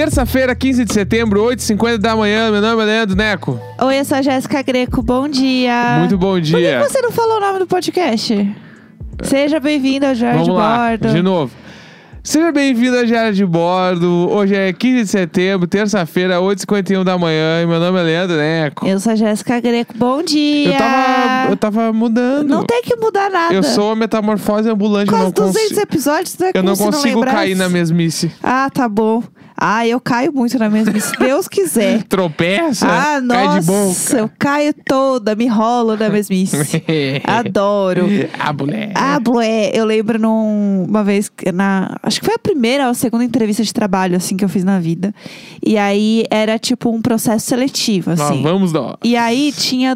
Terça-feira, 15 de setembro, 8h50 da manhã. Meu nome é Leandro Neco. Oi, eu sou a Jéssica Greco. Bom dia. Muito bom dia. Por que você não falou o nome do podcast? Seja bem-vindo ao Diário de Vamos lá, Bordo. de novo. Seja bem-vindo ao Diário de Bordo. Hoje é 15 de setembro, terça-feira, 8h51 da manhã. E meu nome é Leandro Neco. Eu sou a Jéssica Greco. Bom dia. Eu tava mudando. Não tem que mudar nada. Eu sou a metamorfose ambulante. Quase 200 episódios, né? Eu não Como se consigo lembrasse. cair na mesmice. Ah, tá bom. Ah, eu caio muito na mesmice, se Deus quiser. Tropeça, Ah, cai de boca. nossa, eu caio toda, me rolo na mesmice. Adoro. Ah, mulher. Ah, Bloé, eu lembro uma vez, acho que foi a primeira ou a segunda entrevista de trabalho, assim, que eu fiz na vida. E aí, era tipo um processo seletivo, assim. Vamos lá. E aí, tinha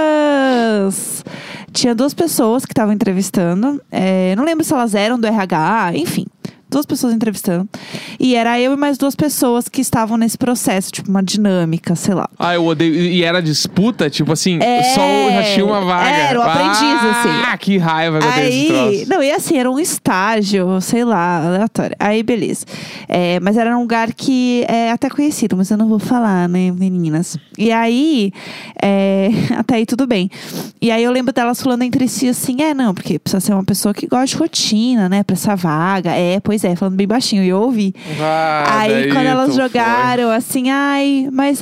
duas pessoas que estavam entrevistando. Não lembro se elas eram do RH, enfim. Duas pessoas entrevistando. E era eu e mais duas pessoas que estavam nesse processo, tipo, uma dinâmica, sei lá. Ah, eu odeio. E era disputa, tipo assim, só já tinha uma vaga. Era o aprendiz, assim. Ah, que raiva que eu tenho esse troço. Não, e assim, era um estágio, sei lá, aleatório. Aí, beleza. Mas era um lugar que é até conhecido, mas eu não vou falar, né, meninas? E aí, até aí tudo bem. E aí eu lembro delas falando entre si assim, não, porque precisa ser uma pessoa que gosta de rotina, né, pra essa vaga. Pois é, falando bem baixinho, e eu ouvi. Aí, quando elas jogaram, assim, mas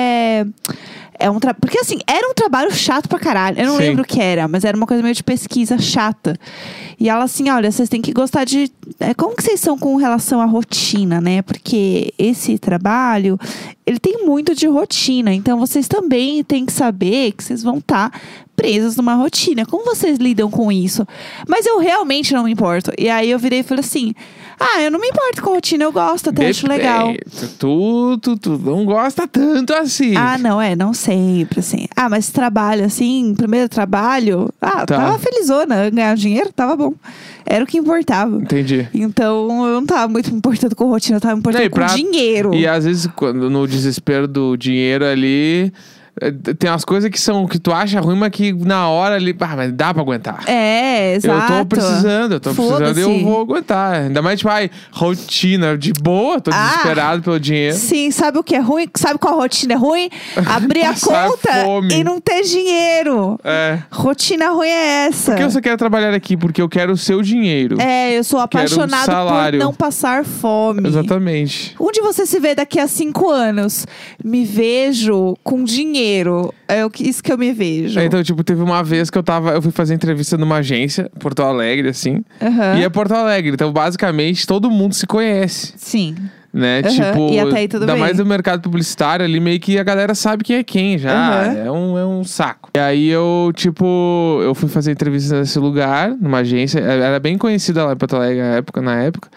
porque assim, era um trabalho chato pra caralho. Eu não lembro o que era, mas era uma coisa meio de pesquisa chata. E ela assim, olha, vocês têm que gostar de... como que vocês são com relação à rotina, né? Porque esse trabalho, ele tem muito de rotina. Então, vocês também têm que saber que vocês vão estar presas numa rotina. Como vocês lidam com isso? Mas eu realmente não me importo. E aí, eu virei e falei assim... eu não me importo com rotina, eu gosto, até acho legal. Tu não gosta tanto assim. Não sempre, assim. Mas trabalho, assim, primeiro trabalho... tava felizona, ganhar dinheiro, tava bom. Era o que importava. Entendi. Então, eu não tava muito me importando com rotina, eu tava me importando com dinheiro. E às vezes, no desespero do dinheiro ali... Tem umas coisas que tu acha ruim, mas que na hora ali... mas dá pra aguentar. Exato. Eu tô precisando e eu vou aguentar. Ainda mais, tipo, rotina de boa, tô desesperado pelo dinheiro. Sim, sabe o que é ruim? Sabe qual rotina é ruim? Abrir a conta fome. E não ter dinheiro. Rotina ruim é essa. Por que você quer trabalhar aqui? Porque eu quero o seu dinheiro. Eu sou apaixonado por não passar fome. Exatamente. Onde você se vê daqui a 5 anos? Me vejo com dinheiro. Isso que eu me vejo. Então, tipo, teve uma vez que eu fui fazer entrevista numa agência, Porto Alegre, assim. Uhum. E é Porto Alegre. Então, basicamente, todo mundo se conhece. Sim. Né? Uhum. Tipo, e até aí tudo ainda bem. mais no mercado publicitário ali, meio que a galera sabe quem é quem já. Uhum. É um saco. E aí eu fui fazer entrevista nesse lugar, numa agência. Era bem conhecida lá em Porto Alegre na época.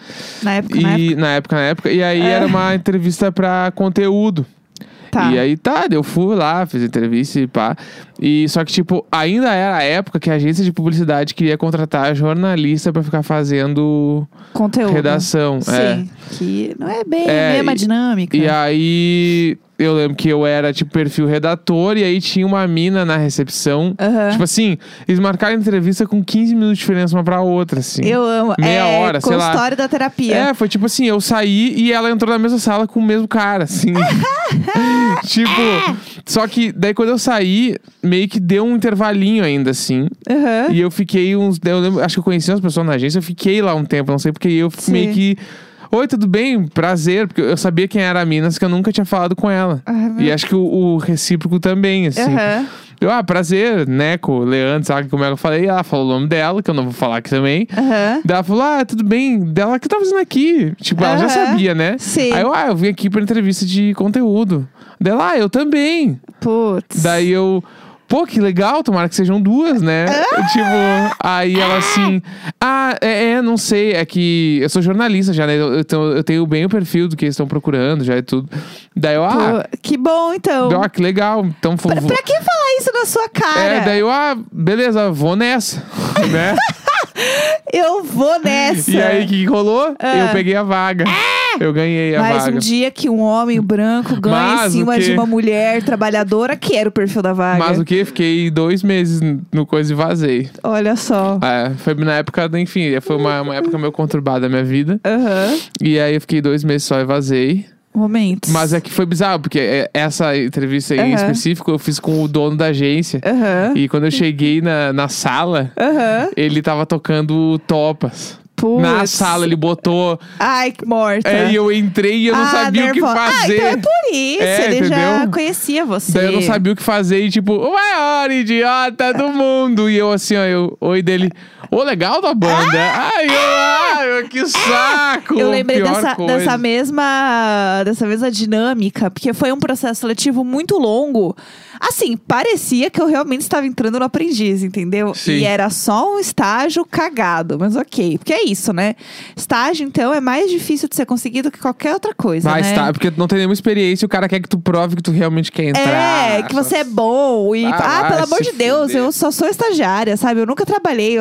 Na época. E aí era uma entrevista pra conteúdo. Tá. E aí eu fui lá, fiz entrevista e pá. E só que, tipo, ainda era a época que a agência de publicidade queria contratar jornalista pra ficar fazendo conteúdo. Redação. Sim. Que não é bem a mesma dinâmica. E aí eu lembro que eu era, tipo, perfil redator, e aí tinha uma mina na recepção. Uhum. Tipo assim, eles marcaram a entrevista com 15 minutos de diferença uma pra outra, assim. Eu amo. Meia hora, sei lá. Consultório da terapia. Foi tipo assim, eu saí e ela entrou na mesma sala com o mesmo cara, assim. Tipo, só que daí quando eu saí, meio que deu um intervalinho ainda, assim. Uhum. E eu fiquei eu lembro, acho que eu conheci umas pessoas na agência, eu fiquei lá um tempo, não sei porque eu meio que... Oi, tudo bem? Prazer. Porque eu sabia quem era a mina, que eu nunca tinha falado com ela. E acho que o recíproco também, assim. Eu, prazer, Neco, Leandro, sabe como é que eu falei? Ela falou o nome dela, que eu não vou falar aqui também. Daí ela falou, tudo bem. Dela, o que tá fazendo aqui? Tipo, ela já sabia, né? Sim. Aí eu vim aqui pra entrevista de conteúdo. Dela, eu também. Putz. Daí eu... Pô, que legal, tomara que sejam duas, né? Tipo, aí ela assim... não sei, é que eu sou jornalista já, né? Eu tenho bem o perfil do que eles estão procurando, já é tudo. Daí eu, que bom, então. Que legal. Então, pra que falar isso na sua cara? Daí eu, beleza, vou nessa, né? Eu vou nessa. E aí, o que rolou? Eu peguei a vaga. Eu ganhei a vaga. Mais um dia que um homem branco ganha em cima de uma mulher trabalhadora, que era o perfil da vaga. Mas o quê? Fiquei 2 meses no coisa e vazei. Olha só. Foi na época, enfim, foi uma época meio conturbada da minha vida. Uhum. E aí eu fiquei 2 meses só e vazei. momentos. Mas é que foi bizarro, porque essa entrevista aí em específico eu fiz com o dono da agência. E quando eu cheguei na sala, ele tava tocando Topas. Puts. Na sala, ele botou... Ai, que morta. E eu entrei e eu não sabia o que fazer. Então é por isso, ele entendeu? Já conhecia você. Daí eu não sabia o que fazer e tipo, o maior idiota do mundo. E eu assim, ó, oi dele, legal da banda. Ai, que saco. Eu lembrei dessa mesma dinâmica, porque foi um processo seletivo muito longo. Assim, parecia que eu realmente estava entrando no aprendiz, entendeu? Sim. E era só um estágio cagado, mas ok. Porque é isso, né? Estágio, então, é mais difícil de ser conseguido que qualquer outra coisa, né? Tá, porque não tem nenhuma experiência e o cara quer que tu prove que tu realmente quer entrar. Que você é bom. E, pelo amor de Deus, eu só sou estagiária, sabe? Eu nunca trabalhei.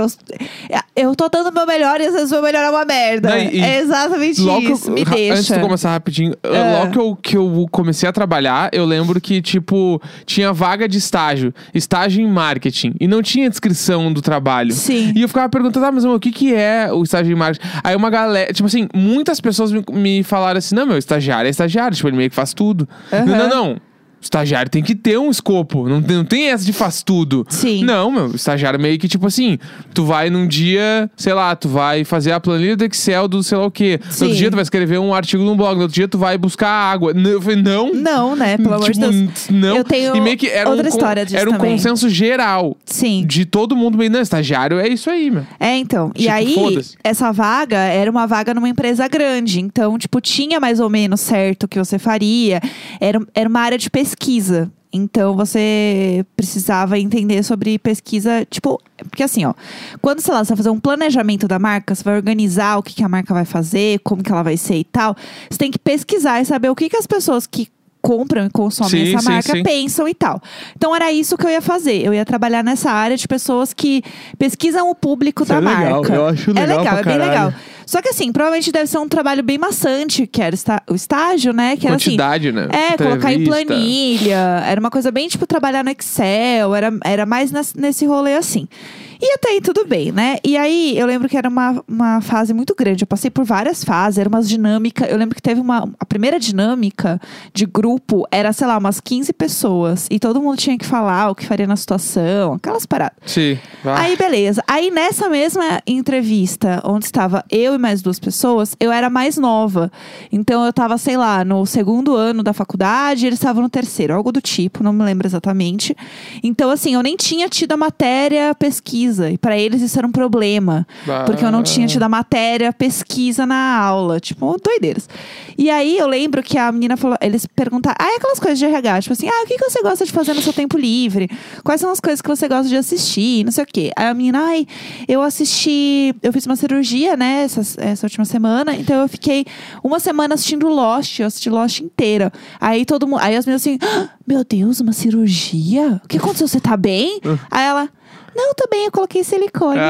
Eu tô dando o meu melhor e às vezes o meu melhor é uma merda. É exatamente isso. Me deixa. Antes de começar rapidinho, logo que eu comecei a trabalhar, eu lembro que, tipo, tinha vaga de estágio em marketing, e não tinha descrição do trabalho. Sim. E eu ficava perguntando, mas o que é o estágio em marketing? Aí uma galera, tipo assim, muitas pessoas me falaram assim, não, meu, estagiário é estagiário, tipo, ele meio que faz tudo. Não. Estagiário tem que ter um escopo. Não tem essa de faz tudo. Sim. Não, meu. Estagiário meio que tipo assim. Tu vai num dia, sei lá, tu vai fazer a planilha do Excel do sei lá o quê. No outro dia tu vai escrever um artigo no blog. No outro dia tu vai buscar água. Eu falei, não. Não, né? Pelo amor de Deus. Não. Eu tenho e meio que era outra história disso era um também. consenso geral. Sim. De todo mundo meio, não, estagiário é isso aí, meu. Então. Tipo, e aí, essa vaga era uma vaga numa empresa grande. Então, tipo, tinha mais ou menos certo o que você faria. Era uma área de pesquisa. Então, você precisava entender sobre pesquisa, tipo... Porque assim, ó, quando, sei lá, você vai fazer um planejamento da marca, você vai organizar o que a marca vai fazer, como que ela vai ser e tal. Você tem que pesquisar e saber o que as pessoas que compram e consomem essa marca pensam e tal. Então, era isso que eu ia fazer. Eu ia trabalhar nessa área de pessoas que pesquisam o público da marca. Eu acho legal. É bem legal. Só que assim, provavelmente deve ser um trabalho bem maçante, que era o estágio, né? Que quantidade, era assim, né? Colocar em planilha. Era uma coisa bem, tipo, trabalhar no Excel. Era mais nesse rolê assim. E até aí tudo bem, né? E aí, eu lembro que era uma fase muito grande. Eu passei por várias fases, era umas dinâmicas. Eu lembro que teve a primeira dinâmica de grupo era, sei lá, umas 15 pessoas. E todo mundo tinha que falar o que faria na situação, aquelas paradas. Sim. Aí, beleza. Aí, nessa mesma entrevista, onde estava eu e mais 2 pessoas, eu era mais nova. Então, eu tava, sei lá, no 2º ano da faculdade, eles estavam no 3º, algo do tipo, não me lembro exatamente. Então, assim, eu nem tinha tido a matéria pesquisa. E pra eles isso era um problema. Porque eu não tinha tido a matéria pesquisa na aula. Tipo, doideiras. E aí eu lembro que a menina falou... Eles perguntaram... aquelas coisas de RH. Tipo assim, o que você gosta de fazer no seu tempo livre? Quais são as coisas que você gosta de assistir? Não sei o quê. Aí a menina... eu assisti... Eu fiz uma cirurgia, né? Essa última semana. Então eu fiquei 1 semana assistindo Lost. Eu assisti Lost inteira. Aí todo mundo... Aí as meninas assim... meu Deus, uma cirurgia? O que aconteceu? Você tá bem? Aí ela... Não, também eu coloquei silicone.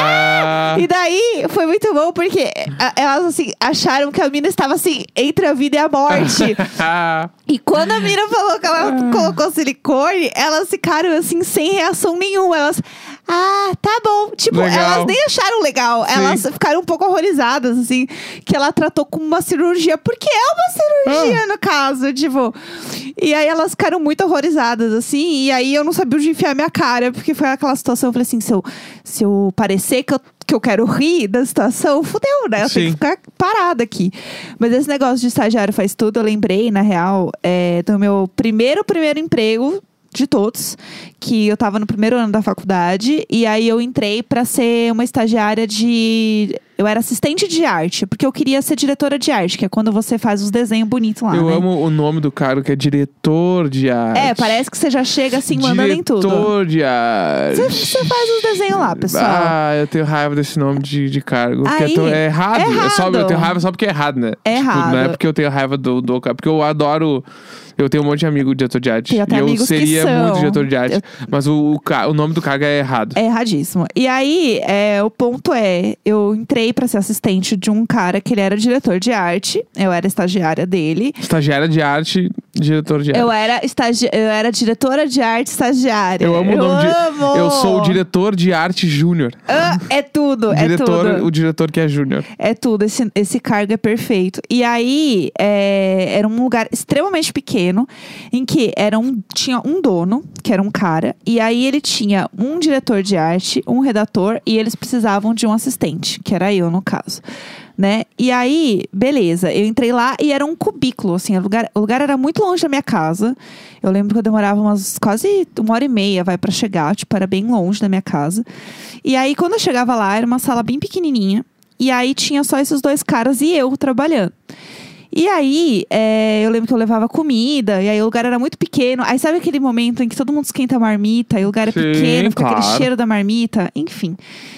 E daí foi muito bom porque elas assim acharam que a mina estava assim entre a vida e a morte. E quando a mina falou que ela colocou silicone, elas ficaram assim sem reação nenhuma. Elas, tá bom. Tipo, legal. Elas nem acharam legal. Sim. Elas ficaram um pouco horrorizadas, assim, que ela tratou como uma cirurgia. Porque é uma cirurgia, no caso, tipo. E aí elas ficaram muito horrorizadas, assim. E aí eu não sabia onde enfiar minha cara, porque foi aquela situação. Eu falei assim, se eu parecer que eu quero rir da situação, fudeu, né? Eu tenho que ficar parada aqui. Mas esse negócio de estagiário faz tudo, eu lembrei, na real, do meu primeiro emprego de todos, que eu tava no 1º ano da faculdade, e aí eu entrei pra ser uma estagiária eu era assistente de arte, porque eu queria ser diretora de arte, que é quando você faz os desenhos bonitos lá, Eu né? amo o nome do cara, que é diretor de arte. Parece que você já chega assim, mandando em tudo. Diretor de arte. Você faz os desenhos lá, pessoal. Eu tenho raiva desse nome de cargo. Aí, porque é errado. É eu tenho raiva só porque é errado, né? É errado. Não é porque eu tenho raiva do cara. Porque eu adoro... Eu tenho um monte de amigo diretor de arte. Tem até e eu amigos seria que são. muito diretor de arte. Mas o nome do cargo é errado. É erradíssimo. E aí, o ponto eu entrei pra ser assistente de um cara que ele era diretor de arte. Eu era estagiária dele. Estagiária de arte Diretor de arte. Eu era diretora de arte estagiária. Eu amo o nome amo. Eu sou o diretor de arte júnior. É tudo, Diretor, é tudo. o diretor que é júnior. É tudo, esse cargo é perfeito. E aí, era um lugar extremamente pequeno, em que tinha um dono, que era um cara, e aí ele tinha um diretor de arte, um redator, e eles precisavam de um assistente, que era eu, no caso. Né? E aí, beleza, eu entrei lá e era um cubículo, assim, o lugar era muito longe da minha casa. Eu lembro que eu demorava quase 1h30, pra chegar, tipo, era bem longe da minha casa. E aí, quando eu chegava lá, era uma sala bem pequenininha, e aí tinha só esses 2 caras e eu trabalhando. E aí, eu lembro que eu levava comida, e aí o lugar era muito pequeno. Aí sabe aquele momento em que todo mundo esquenta a marmita, e o lugar é pequeno, fica aquele cheiro da marmita? Enfim.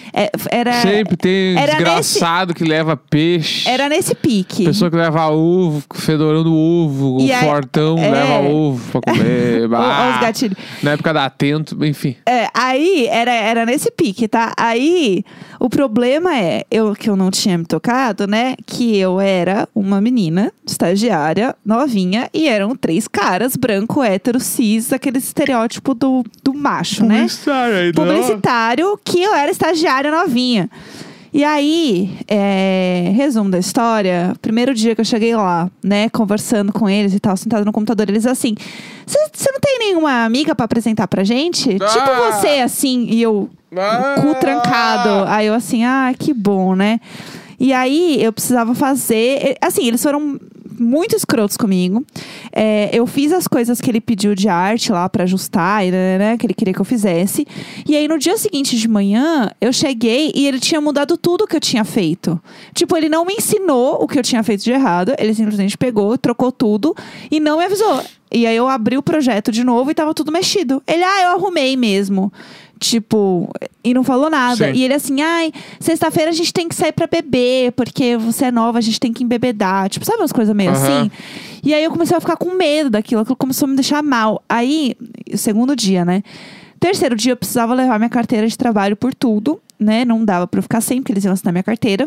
Sempre tem desgraçado que leva peixe. Era nesse pique. Pessoa que leva ovo, fedorão do ovo, o fortão leva ovo pra comer. Olha os gatilhos. Na época da Atento, enfim. Aí era nesse pique, tá? Aí o problema que eu não tinha me tocado, né? Que eu era uma menina, estagiária, novinha, e eram 3 caras, branco, hétero, cis, aquele estereótipo do macho, né? Publicitário, que eu era estagiária novinha. E aí, resumo da história, primeiro dia que eu cheguei lá, né, conversando com eles e tal, sentado no computador, eles assim, você não tem nenhuma amiga pra apresentar pra gente? Tipo você, assim, e eu, cu trancado. Aí eu assim, que bom, né? E aí, eu precisava fazer... Assim, eles foram muito escrotos comigo. Eu fiz as coisas que ele pediu de arte lá pra ajustar, né, que ele queria que eu fizesse. E aí, no dia seguinte de manhã, eu cheguei e ele tinha mudado tudo que eu tinha feito. Tipo, ele não me ensinou o que eu tinha feito de errado. Ele simplesmente pegou, trocou tudo e não me avisou. E aí, eu abri o projeto de novo e tava tudo mexido. Ele, eu arrumei mesmo. Tipo, e não falou nada. Sim. E ele assim, sexta-feira a gente tem que sair pra beber, porque você é nova, a gente tem que embebedar. Tipo, sabe umas coisas meio assim? E aí eu comecei a ficar com medo daquilo, aquilo começou a me deixar mal. Aí, segundo dia, né? Terceiro dia eu precisava levar minha carteira de trabalho por tudo, né? Não dava pra eu ficar sem, porque eles iam assinar minha carteira.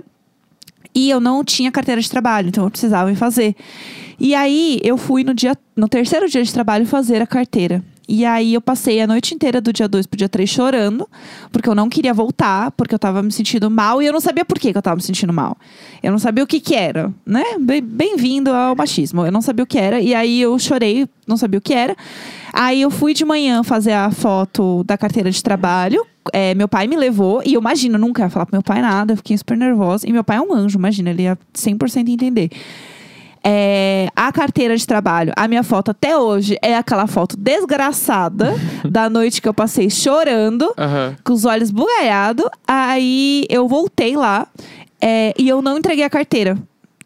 E eu não tinha carteira de trabalho, então eu precisava ir fazer. E aí eu fui no terceiro dia de trabalho fazer a carteira. E aí eu passei a noite inteira do dia 2 pro dia 3 chorando, porque eu não queria voltar, porque eu tava me sentindo mal, e eu não sabia por que eu tava me sentindo mal. Eu não sabia o que era, né? Bem-vindo ao machismo. Eu não sabia o que era, e aí eu chorei, não sabia o que era. Aí eu fui de manhã fazer a foto da carteira de trabalho. Meu pai me levou, e eu imagino, nunca ia falar pro meu pai nada, eu fiquei super nervosa. E meu pai é um anjo, imagina, ele ia 100% entender. A carteira de trabalho, a minha foto até hoje é aquela foto desgraçada da noite que eu passei chorando, com os olhos bugalhados. Aí eu voltei lá e eu não entreguei a carteira.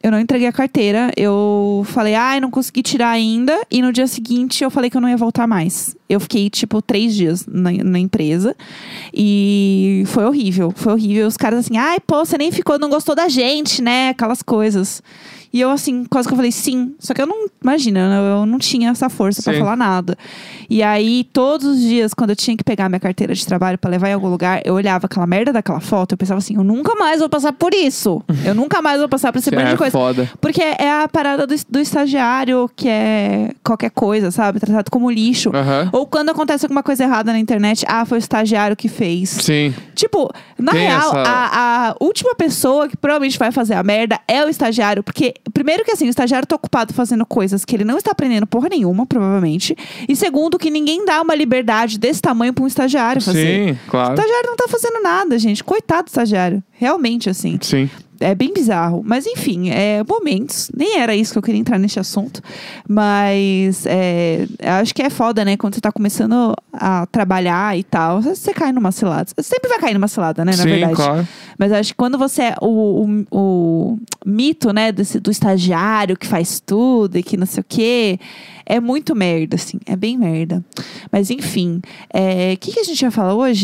Eu falei, não consegui tirar ainda. E no dia seguinte eu falei que eu não ia voltar mais. Eu fiquei, 3 dias na empresa. E foi horrível. Os caras assim, você nem ficou, não gostou da gente, né? Aquelas coisas. E eu, assim, quase que eu falei sim. Só que eu não, imagina, eu não tinha essa força pra falar nada. E aí, todos os dias, quando eu tinha que pegar minha carteira de trabalho pra levar em algum lugar, eu olhava aquela merda daquela foto, eu pensava assim, eu nunca mais vou passar por isso. Eu nunca mais vou passar por esse monte de coisa. Foda. Porque é a parada do estagiário, que é qualquer coisa, sabe? Tratado como lixo. Ou quando acontece alguma coisa errada na internet, foi o estagiário que fez. Sim. Tipo, na real, a última pessoa que provavelmente vai fazer a merda é o estagiário, porque primeiro que assim, o estagiário tá ocupado fazendo coisas que ele não está aprendendo porra nenhuma, provavelmente. E segundo, que ninguém dá uma liberdade desse tamanho pra um estagiário fazer. Sim, claro. O estagiário não tá fazendo nada, gente. Coitado do estagiário. Realmente, assim. Sim. É bem bizarro. Mas enfim, momentos. Nem era isso que eu queria entrar nesse assunto. Mas acho que é foda, né? Quando você tá começando a trabalhar e tal, você cai numa cilada. Você sempre vai cair numa cilada, né? Na verdade. Claro. Mas acho que quando você é o mito, né? Do estagiário que faz tudo e que não sei o quê, é muito merda, assim. É bem merda. Mas enfim. O que a gente ia falar hoje?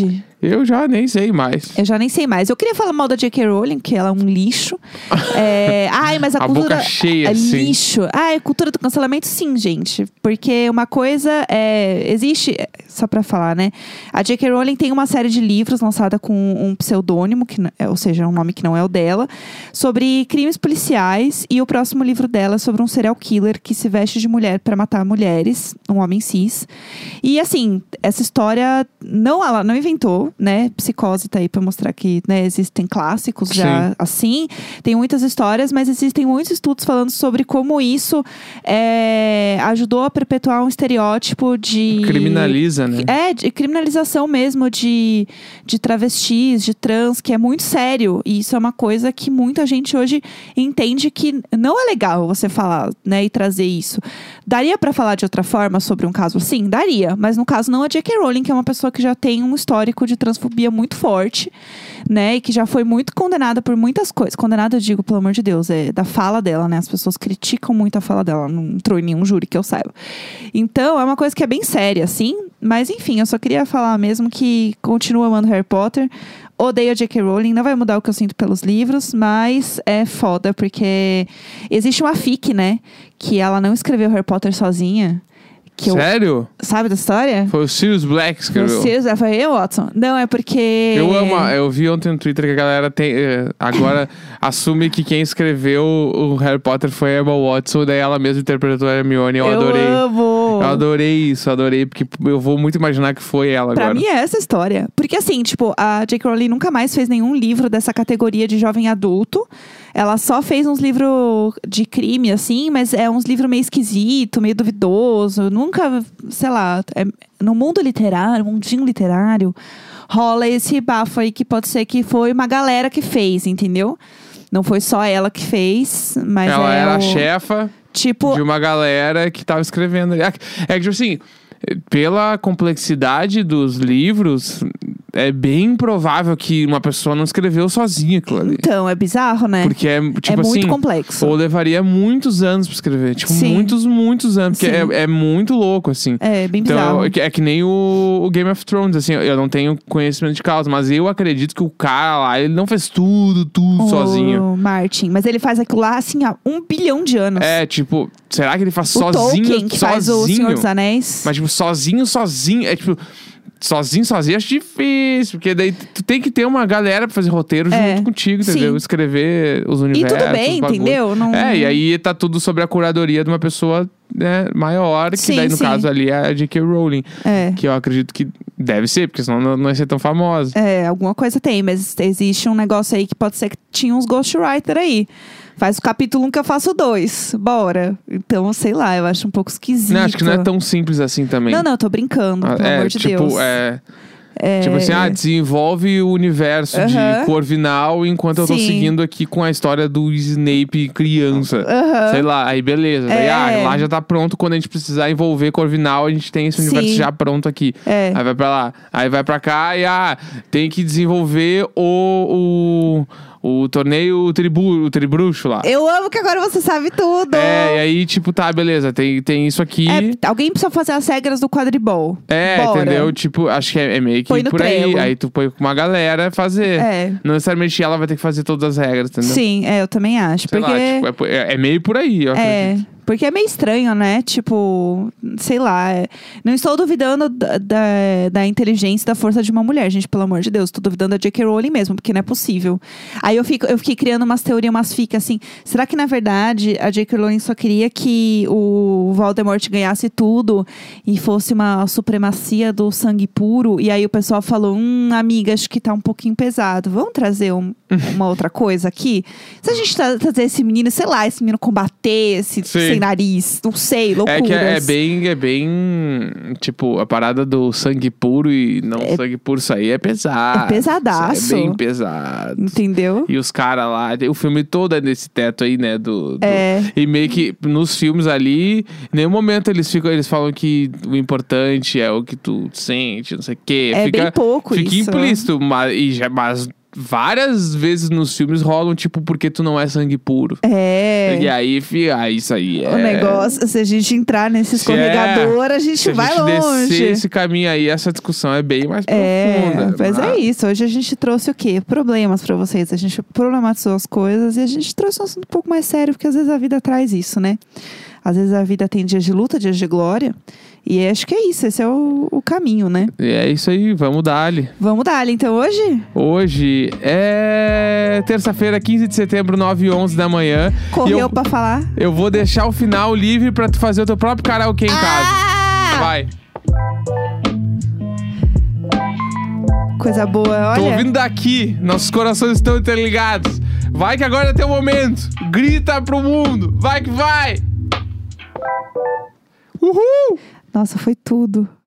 Eu já nem sei mais. Eu queria falar mal da J.K. Rowling, que ela é um lixo. Ai, mas a cultura... boca cheia, sim. Lixo. A cultura do cancelamento, sim, gente. Porque uma coisa existe... Só pra falar, né? A J.K. Rowling tem uma série de livros lançada com um pseudônimo, ou seja, um nome que não é o dela, sobre crimes policiais. E o próximo livro dela é sobre um serial killer que se veste de mulher pra matar mulheres. Um homem cis. E, assim, essa história... ela não inventou, né? Psicose tá aí pra mostrar que, né, existem clássicos já assim. Tem muitas histórias, mas existem muitos estudos falando sobre como isso ajudou a perpetuar um estereótipo de... Criminaliza, né? De criminalização mesmo de travestis, de trans, que é muito sério. E isso é uma coisa que muita gente hoje entende que não é legal você falar, né? E trazer isso. Daria pra falar de outra forma sobre um caso assim? Daria. Mas no caso não a J.K. Rowling, que é uma pessoa que já tem um histórico de transfobia muito forte, né? E que já foi muito condenada por muitas coisas. Condenada, eu digo, pelo amor de Deus, da fala dela, né? As pessoas criticam muito a fala dela. Não entrou em nenhum júri que eu saiba. Então, é uma coisa que é bem séria, assim. Mas, enfim, eu só queria falar mesmo que continuo amando Harry Potter. Odeio a J.K. Rowling. Não vai mudar o que eu sinto pelos livros, mas é foda, porque existe uma fic, né? Que ela não escreveu Harry Potter sozinha. Sério? Sabe da história? Foi o Sirius Black que escreveu. Foi eu, Watson? Não, é porque... Eu vi ontem no Twitter que a galera agora assume que quem escreveu o Harry Potter foi a Emma Watson, daí ela mesma interpretou a Hermione. Eu adorei. Amo! Eu adorei isso, adorei, porque eu vou muito imaginar que foi ela agora. Pra mim é essa história. Porque assim, tipo, a J.K. Rowling nunca mais fez nenhum livro dessa categoria de jovem adulto. Ela só fez uns livros de crime, assim, mas é uns livros meio esquisito, meio duvidoso. Nunca, sei lá, no mundo literário, mundinho literário, rola esse bafo aí que pode ser que foi uma galera que fez, entendeu? Não foi só ela que fez, mas ela era a chefa de uma galera que tava escrevendo. É que, tipo assim, pela complexidade dos livros, é bem improvável que uma pessoa não escreveu sozinha aquilo ali. Então, é bizarro, né? Porque é, tipo assim... muito complexo. Ou levaria muitos anos pra escrever. Tipo, Sim. muitos anos. Porque é muito louco, assim. É, bem bizarro. Então, é que nem o Game of Thrones, assim. Eu não tenho conhecimento de causa, mas eu acredito que o cara lá, ele não fez tudo sozinho. O Martin. Mas ele faz aquilo lá, assim, há 1 bilhão de anos. Tipo... Será que ele faz o sozinho? Tolkien, que faz o Senhor dos Anéis. Mas, tipo, sozinho. É, tipo... Sozinho, acho difícil. Porque daí tu tem que ter uma galera pra fazer roteiro junto contigo, entendeu? Sim. Escrever os universos. E tudo bem, entendeu? Não... e aí tá tudo sobre a curadoria de uma pessoa, né, maior. Que daí, no caso ali, é a J.K. Rowling. Que eu acredito que deve ser, porque senão não ia ser tão famosa. Alguma coisa tem. Mas existe um negócio aí que pode ser que tinha uns ghostwriter aí. Faz o capítulo 1 que eu faço 2. Bora. Então, sei lá, eu acho um pouco esquisito. Não, acho que não é tão simples assim também. Não, eu tô brincando, pelo amor de Deus. Tipo assim, desenvolve o universo de Corvinal enquanto eu tô seguindo aqui com a história do Snape criança. Sei lá, aí beleza. Daí, lá já tá pronto. Quando a gente precisar envolver Corvinal, a gente tem esse universo já pronto aqui. Aí vai pra lá. Aí vai pra cá e tem que desenvolver o torneio, o tribruxo lá. Eu amo que agora você sabe tudo. E aí, tipo, tá, beleza, tem isso aqui. Alguém precisa fazer as regras do quadribol. Bora. Entendeu? Tipo, acho que é meio que põe por Trello. Aí tu põe com uma galera fazer. Não necessariamente ela vai ter que fazer todas as regras, entendeu? Sim, eu também acho. Sei lá, tipo, é meio por aí, eu acredito. Porque é meio estranho, né? Tipo, sei lá. Não estou duvidando da inteligência e da força de uma mulher, gente, pelo amor de Deus. Estou duvidando da J.K. Rowling mesmo, porque não é possível. Aí eu fiquei criando umas teorias, umas fic assim. Será que, na verdade, a J.K. Rowling só queria que o Voldemort ganhasse tudo e fosse uma supremacia do sangue puro? E aí o pessoal falou, amiga, acho que tá um pouquinho pesado. Vamos trazer uma outra coisa aqui? Se a gente trazer esse menino, sei lá, esse menino combater, sem nariz, não sei, loucuras. É bem, tipo, a parada do sangue puro e não sangue puro, isso aí é pesado. É pesadaço. É bem pesado. Entendeu? E os caras lá, o filme todo é nesse teto aí, né, E meio que nos filmes ali, em nenhum momento eles falam que o importante é o que tu sente, não sei o quê. Fica bem pouco fica isso. implícito, mas várias vezes nos filmes rolam, tipo, porque tu não é sangue puro. E aí, isso aí é... O negócio, se a gente entrar nesse escorregador, a gente vai longe. Se a gente descer esse caminho aí, essa discussão é bem mais profunda. Mas é isso. Hoje a gente trouxe o quê? Problemas pra vocês. A gente problematizou as coisas e a gente trouxe um assunto um pouco mais sério, porque às vezes a vida traz isso, né? Às vezes a vida tem dias de luta, dias de glória. E acho que é isso, esse é o caminho, né? É isso aí, vamos dar-lhe. Vamos dar-lhe, então hoje? Hoje é terça-feira, 15 de setembro, 9h11 da manhã. Correu pra falar? Eu vou deixar o final livre pra tu fazer o teu próprio karaokê em casa. Vai. Coisa boa, olha. Tô ouvindo daqui, nossos corações estão interligados. Vai que agora é teu momento. Grita pro mundo, vai que vai. Uhul! Nossa, foi tudo.